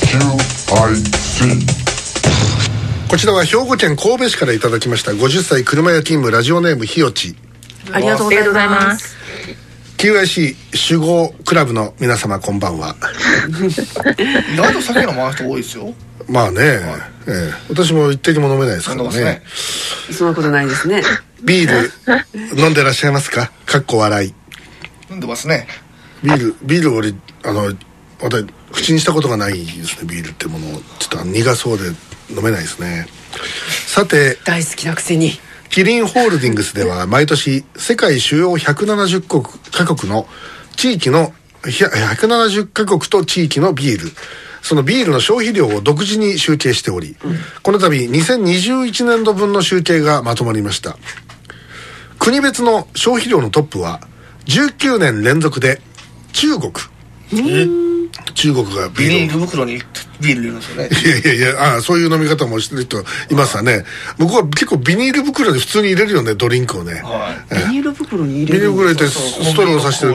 こちらは兵庫県神戸市からいただきました50歳車屋勤務ラジオネームひよち。 ありがとうございます。 QIC 酒豪クラブの皆様こんばんは。 意外と酒飲まない人多いですよ。 まあね、私も一滴も飲めないですからね。 そんなことないですね。 ビール飲んでらっしゃいますか？かっこ笑い。 飲んでますね。 ビール俺私口にしたことがないですね。ビールってものをちょっと苦そうで飲めないですね。さて、 大好きなくせにキリンホールディングスでは毎年世界主要170カ国の地域の170カ国と地域のビール、そのビールの消費量を独自に集計しており、この度2021年度分の集計がまとまりました。国別の消費量のトップは19年連続で中国。中国がビニール袋にビール入れるんですよね。 いやそういう飲み方もしてる人いますわね。向こうは結構ビニール袋に普通に入れるよね、ドリンクをね。 ビニール袋に入れる。 ビニール袋入れてストローをさしてる。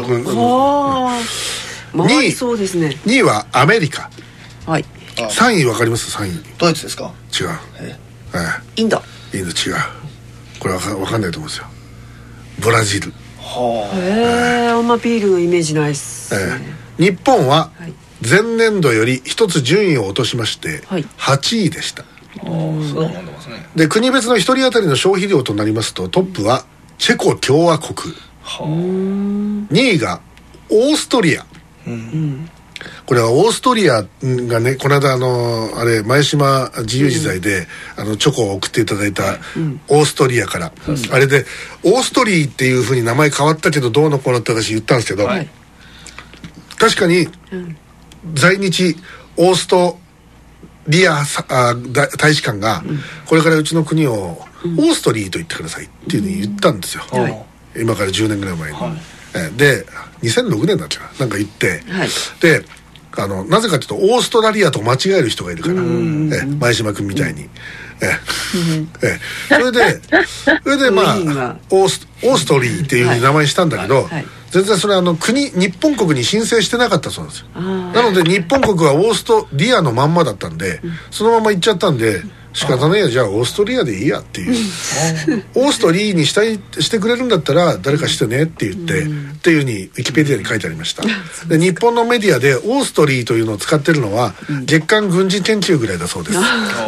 回りそうですね。 2位はアメリカ。 はい。 3位わかります？ 3位ドイツですか？ 違う。 インド。 違う。これわかんないと思うんですよ。ブラジル。 あんまビールのイメージないっすね。 日本は前年度より一つ順位を落としまして8位でした。 そうなんでますね。 で、国別の一人当たりの消費量となりますとトップはチェコ共和国、2位がオーストリア、これはオーストリアがね、この間あれ前島自由自在で、チョコを送っていただいたオーストリアから、あれでオーストリーっていう風に名前変わったけどどうのこうのって私言ったんですけど、確かに在日オーストリア大使館がこれからうちの国をオーストリーと言ってくださいっていう風に言ったんですよ、今から10年ぐらい前に、で2006年だっけなんか言って、でなぜかというとオーストラリアと間違える人がいるから、前島君みたいに、それでまあオーストリーっていう風に名前にしたんだけど、全然それ日本国に申請してなかったそうなんですよ。なので日本国はオーストリアのまんまだったんで、そのまま行っちゃったんで仕方ないや、じゃあオーストリアでいいやっていうオーストリーにしてくれるんだったら誰かしてねって言って、っていうふうにウィキペディアに書いてありました。で、日本のメディアでオーストリーというのを使ってるのは月刊軍事研究ぐらいだそうです。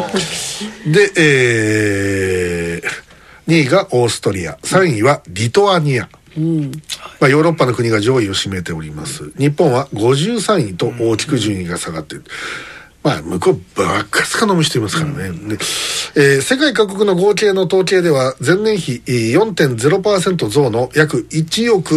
で、2位がオーストリア、3位はリトアニア、ヨーロッパの国が上位を占めております。日本は53位と大きく順位が下がっている。向こうばっかすか飲む人いますからね。世界各国の合計の統計では前年比 4.0% 増の約1億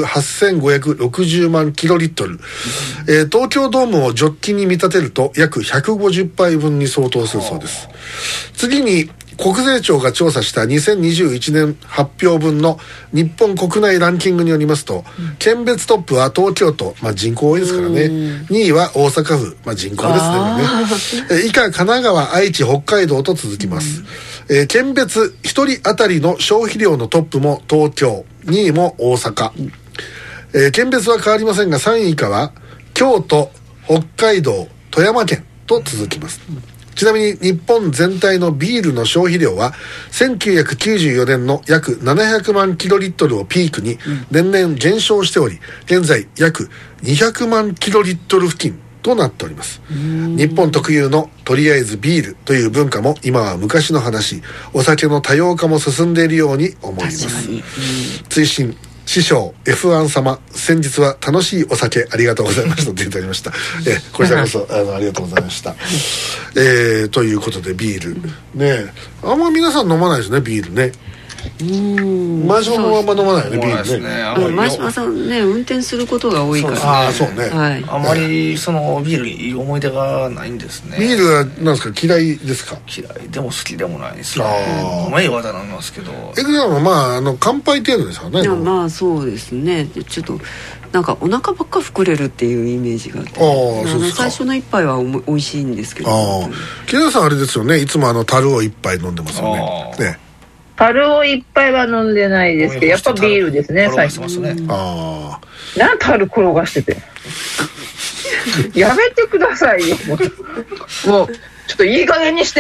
8560万キロリットル、東京ドームをジョッキに見立てると約150杯分に相当するそうです。次に国税庁が調査した2021年発表分の日本国内ランキングによりますと、県別トップは東京都、人口多いですからね、2位は大阪府、人口ですね、以下神奈川、愛知、北海道と続きます。県別1人当たりの消費量のトップも東京、2位も大阪、県別は変わりませんが3位以下は京都、北海道、富山県と続きます。ちなみに日本全体のビールの消費量は1994年の約700万キロリットルをピークに年々減少しており、現在約200万キロリットル付近となっております。日本特有のとりあえずビールという文化も今は昔の話、お酒の多様化も進んでいるように思います。追伸師匠 F1 様、先日は楽しいお酒ありがとうございましたといただきました。こちらこそありがとうございました。ということでビールね、あんま皆さん飲まないですね、ビールね。前島もあんま飲まないよね、ビールね。 前島さんね、運転することが多いからね。 そうね、 あまりそのビールに思い出がないんですね。 ビールは何ですか、嫌いですか？ 嫌いでも好きでもないですね。前は飲みますけど、 エグさんは乾杯程度ですよね。 いやそうですね。ちょっとなんかお腹ばっか膨れるっていうイメージがあって、最初の一杯は美味しいんですけど。木田さんあれですよね、いつも樽を一杯飲んでますよね。 樽を一杯は飲んでないですけど、やっぱビールですね、最初。 ね。 なん樽転がしてて。 やめてくださいよ。もうちょっといい加減にして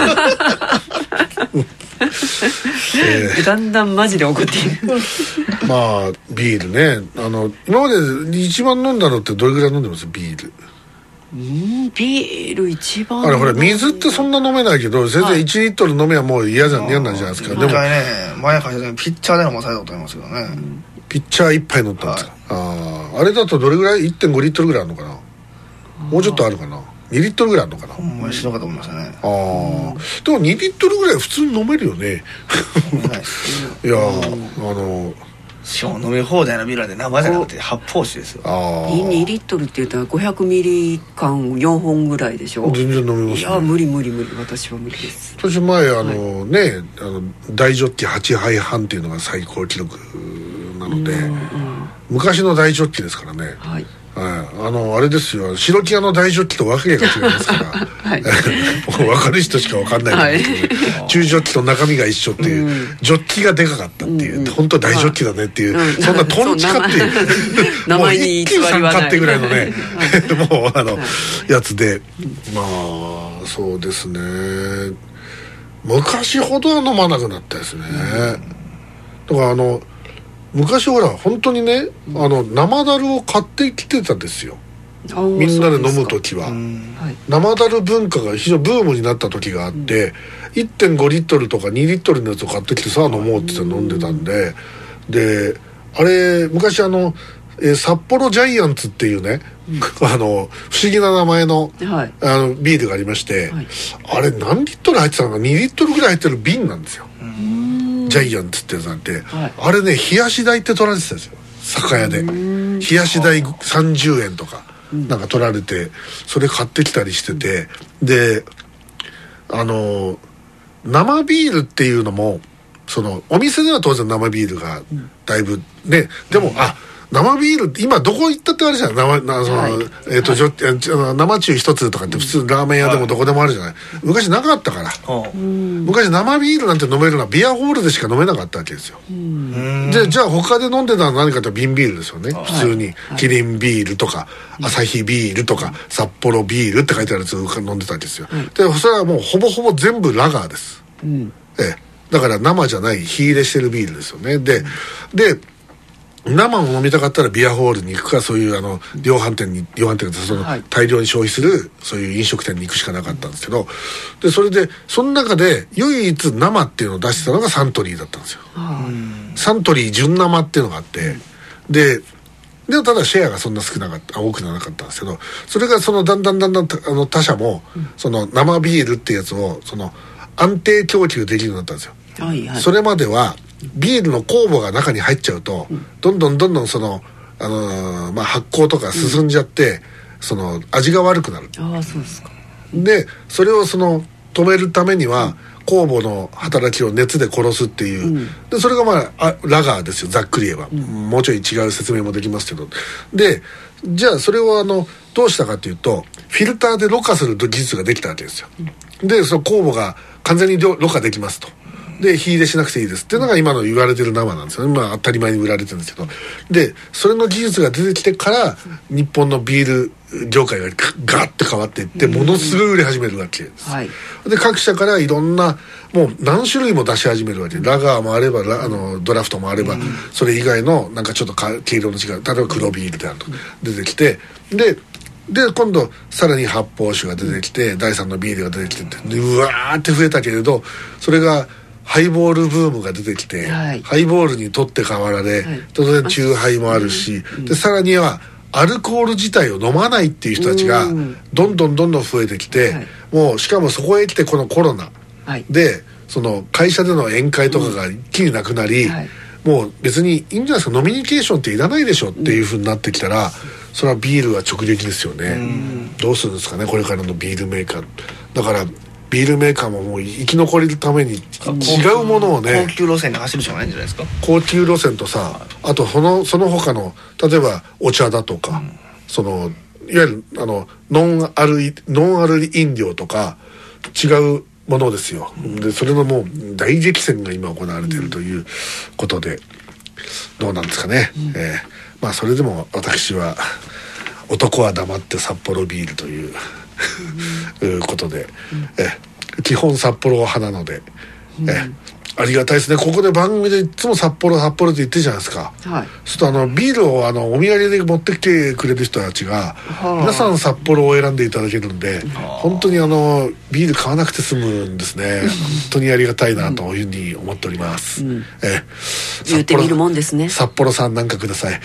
もう。 だんだんマジで怒っている。 まあビールね、今まで一番飲んだのってどれぐらい飲んでます？ビール。 ビール一番あれほら水ってそんな飲めないけど、先生1リットル飲めはもう嫌なんじゃないですか。でも一回ね、前会社でピッチャーで飲まされたことありますけどね。 ピッチャー1杯飲ったんですか。あれだとどれぐらい 1.5 リットルぐらいあるのかな。もうちょっとあるかな。2リットルぐらいあるのかな。 ほんまにしどかと思いましたね。 でも2リットルぐらい普通に飲めるよね。 飲めないですいやしかも飲み放題のビールで生じゃなくて発泡酒ですよ。 2リットルって言ったら500ミリ缶4本ぐらいでしょ。 全然飲めますね。 いや無理私は無理です。 私前ね大ジョッキ8杯半っていうのが最高記録なので、昔の大ジョッキですからね。はい。あれですよ、白木屋の大ジョッキと分けが違いますから、はい、分かる人しか分かんないと思うんですけど、中ジョッキと中身が一緒っていう、ジョッキがでかかったっていう、本当大ジョッキだねっていう、そんなトンチかっていうもう一休さんかってぐらいのねもうやつで、まあそうですね、昔ほどは飲まなくなったですね。だから昔ほら本当にね生ダルを買ってきてたんですよ、みんなで飲む時は。生ダル文化が非常にブームになった時があって、1.5 リットルとか2リットルのやつを買ってきてさあ飲もうって言って飲んでたんで、であれ昔札幌ジャイアンツっていうね、不思議な名前の、ビールがありまして、あれ何リットル入ってたのか、2リットルぐらい入ってる瓶なんですよ、ジャイアンツってやつなんて、あれね冷やし代って取られてたんですよ、酒屋で。冷やし代30円とかなんか取られて、それ買ってきたりしてて、で生ビールっていうのもお店では当然生ビールがだいぶね、でも生ビールって今どこ行ったってあるじゃん。生中一つとかって普通ラーメン屋でもどこでもあるじゃない。昔なかったから。昔生ビールなんて飲めるのはビアホールでしか飲めなかったわけですよ。じゃあ他で飲んでたのは何かって瓶ビールですよね。普通にキリンビールとかアサヒビールとか札幌ビールって書いてあるやつを飲んでたわけですよ。でそれはもうほぼほぼ全部ラガーです。だから生じゃない火入れしてるビールですよね。で生を飲みたかったらビアホールに行くか、そういう量販店が大量に消費するそういう飲食店に行くしかなかったんですけど、でそれでその中で唯一生っていうのを出してたのがサントリーだったんですよ。サントリー純生っていうのがあって、でもただシェアがそんな多くなかったんですけど、それがだんだん他社もその生ビールっていうやつを安定供給できるようになったんですよ。それまではビールの酵母が中に入っちゃうと、どんどん発酵とか進んじゃって、味が悪くなる。 そうですか。 でそれを止めるためには、酵母の働きを熱で殺すっていう、でそれがラガーですよ、ざっくり言えば。もうちょい違う説明もできますけど、でじゃあそれをどうしたかというと、フィルターでろ過する技術ができたわけですよ。でその酵母が完全にろ過できますと。で火入れしなくていいですっていうのが今の言われてる生なんですよね。当たり前に売られてるんですけど、でそれの技術が出てきてから日本のビール業界がガッと変わっていって、ものすごい売れ始めるわけです、で各社からいろんなもう何種類も出し始めるわけで、ラガーもあればドラフトもあれば、それ以外のなんかちょっと毛色の違う、例えば黒ビールであると出てきて、で今度さらに発泡酒が出てきて、第3のビールが出てきてって、うわーって増えたけれど、それがハイボールブームが出てきて、ハイボールに取って代わられ、当然チューハイもあるし、でさらにはアルコール自体を飲まないっていう人たちがどんどん増えてきて、もうしかもそこへ来てこのコロナで、会社での宴会とかが一気になくなり、もう別にいいんじゃないですか、飲みニケーションっていらないでしょっていう風になってきたら、それはビールは直撃ですよね。どうするんですかね、これからのビールメーカー。だからビールメーカーももう生き残るために違うものをね、 高級路線で走るしかないんじゃないですか。 高級路線とさ、あとその他の例えばお茶だとか、いわゆるノンアル飲料とか違うものですよ。でそれのもう大激戦が今行われているということで、どうなんですかね。それでも私は男は黙って札幌ビールということで、基本札幌派なので、ありがたいですね。ここで番組でいつも札幌って言ってるじゃないですか。はい。ちょっとビールをお土産で持ってきてくれる人たちが、皆さん札幌を選んでいただけるんで、本当にビール買わなくて済むんですね。本当にありがたいなというふうに思っております。 言ってみるもんですね。 札幌さんなんかください。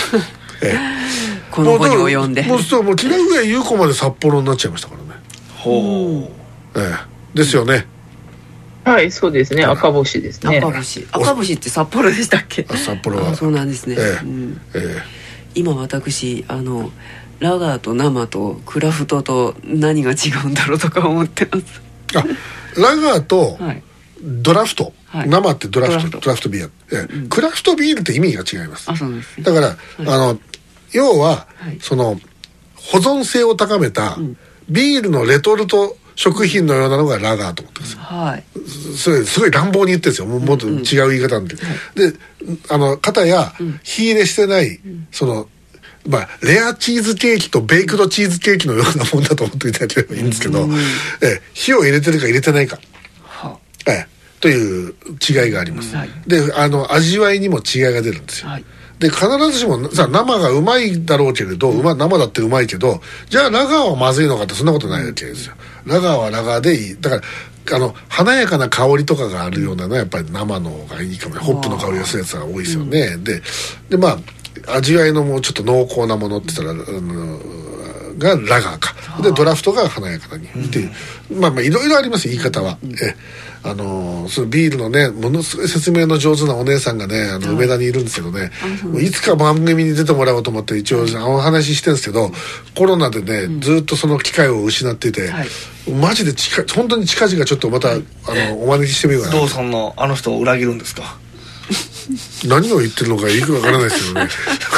この子に及んで。 もう木田上優子まで札幌になっちゃいましたからね。 ほう。 ですよね。 はい、そうですね。赤星ですね。 赤星って札幌でしたっけ？ 札幌は。 そうなんですね。今私ラガーと生とクラフトと何が違うんだろうとか思ってます。 ラガーとドラフト、生ってドラフトビール、クラフトビールって意味が違います。 そうですね。 だから要はその保存性を高めたビールのレトルト食品のようなのがラガーと思ってるんですよ。それすごい乱暴に言ってるんですよ。もっと違う言い方なんで。で、片や火入れしてないそのレアチーズケーキとベイクドチーズケーキのようなもんだと思っていただければいいんですけど、火を入れてるか入れてないか、という違いがあります。で、味わいにも違いが出るんですよ。で、必ずしもさ、生がうまいだろうけれど、生だってうまいけど、じゃあラガーはまずいのかってそんなことないわけですよ。ラガーはラガーでいい。だから華やかな香りとかがあるようなのはやっぱり生の方がいいかもね。ホップの香りがするやつが多いですよね。で味わいのもうちょっと濃厚なものって言ったらがラガーか。でドラフトが華やかにっていう、いろいろあります言い方は。そのビールのねものすごい説明の上手なお姉さんがね梅田にいるんですけどね、いつか番組に出てもらおうと思って一応お話ししてるんですけど、コロナでねずっとその機会を失っていて、マジで本当に近々ちょっとまたお招きしてみようかな。 どうそんな人を裏切るんですか？ 何を言ってるのかよくわからないですけどね。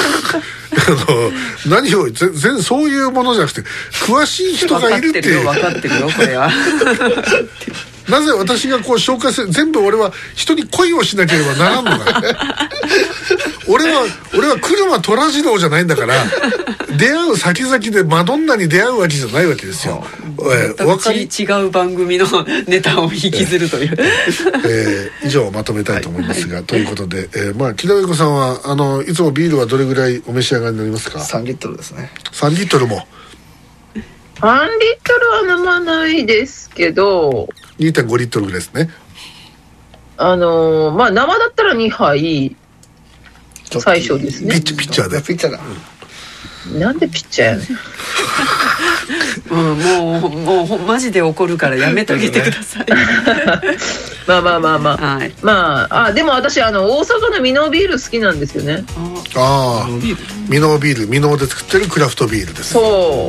何を全然そういうものじゃなくて詳しい人がいるっていう。 分かってるよこれは。 なぜ私がこう紹介する全部俺は人に恋をしなければならんのかね。俺は車虎次郎じゃないんだから出会う先々でマドンナに出会うわけじゃないわけですよ。 違う番組のネタを引きずるという、 以上まとめたいと思いますが、ということで、木田上子さんはいつもビールはどれぐらいお召し上がりになりますか ？3リットルですね。 3リットルも 3リットルは飲まないですけど 2.5 リットルぐらいですね。 生だったら2杯最初ですね。 ピッチャーだ。 なんでピッチャーやねん。もうマジで怒るからやめてあげてください。 でも私大阪のミノービール好きなんですよね。 ミノービール、ミノーで作ってるクラフトビールです。 そう、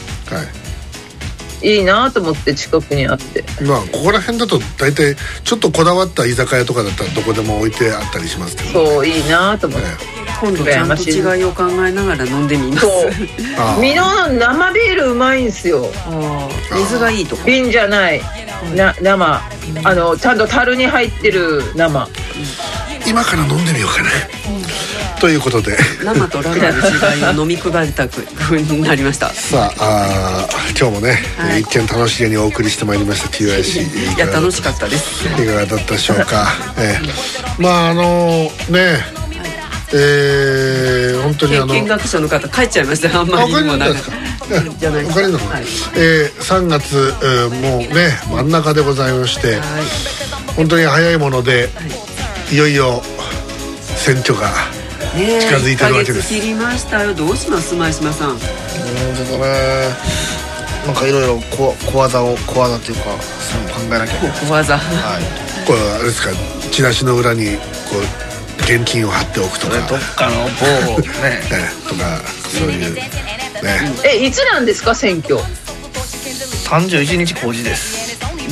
いいなと思って近くにあって、 ここら辺だと大体ちょっとこだわった居酒屋とかだったらどこでも置いてあったりしますけど、ね、 そういいなと思って、 今度ちゃんと違いを考えながら飲んでみます。 ミノの生ビールうまいんですよ。 水がいいとか瓶じゃない生、ちゃんと樽に入ってる生、 今から飲んでみようかな、ということで生とラガーの違いを飲み比べた風になりました。 さあ今日もね、一見楽しげにお送りしてまいりました TYC。 いや楽しかったです。 いかがだったでしょうか。本当に見学者の方帰っちゃいました。あんまりにも長いじゃないですか。 3月もうね真ん中でございまして、本当に早いもので、いよいよ選挙が近づいてるわけです。 1ヶ月切りましたよ。どうします前島さん。 ちょっとねなんかいろいろ小技っていうかそういうの考えなきゃいけない。 小技、 これあれですか、チラシの裏にこう現金を貼っておくとか、 どっかの某ねとかそういうね。 いつなんですか選挙 ？31日公示です。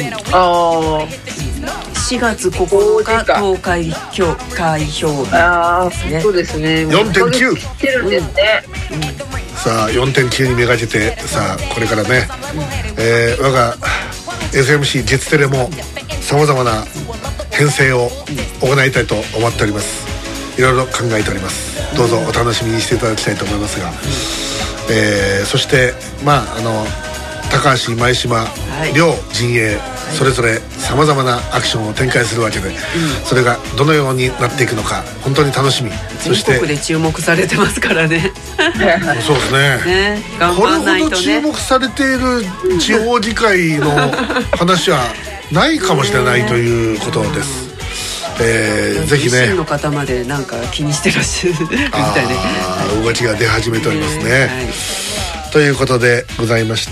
4月9日投開票そうですね。 4.9 切ってるんですね。 さあ 4.9 にめがけて、さあこれからね、我が FMC 月テレもさまざまな編成を行いたいと思っております。いろいろ考えております。どうぞお楽しみにしていただきたいと思いますが、 そして高橋前島、両陣営それぞれさまざまなアクションを展開するわけで、それがどのようになっていくのか本当に楽しみ。そして全国で注目されてますからね。 そうですね。 頑張らないとね。 これほど注目されている地方議会の話はないかもしれないということです。ぜひね、 維新の方までなんか気にしてらっしゃるみたいで、 動きが出始めておりますね。ということでございまして、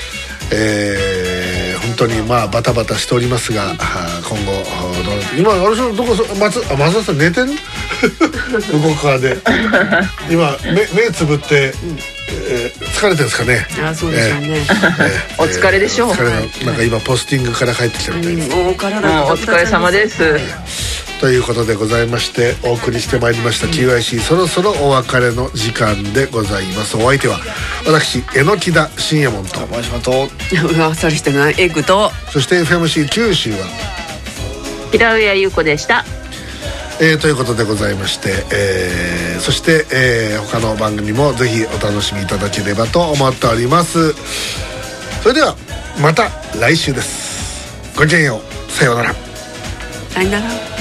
本当にバタバタしておりますが、今後今あれどこ松田さん寝てんの向こう側で今目つぶって、疲れてるんですかね。 そうでしょうね。 お疲れでしょう。 なんか今ポスティングから帰ってきたみたいです。 お疲れ様です。 ということでございましてお送りしてまいりました QIC、そろそろお別れの時間でございます。お相手は私榎田信也門と前島とあっさりしてないエッグと、 そして FMC 九州は平上優子でした。 ということでございまして、そして、他の番組もぜひお楽しみいただければと思っております。それではまた来週です。ごきげんよう。さようなら。 さよなら。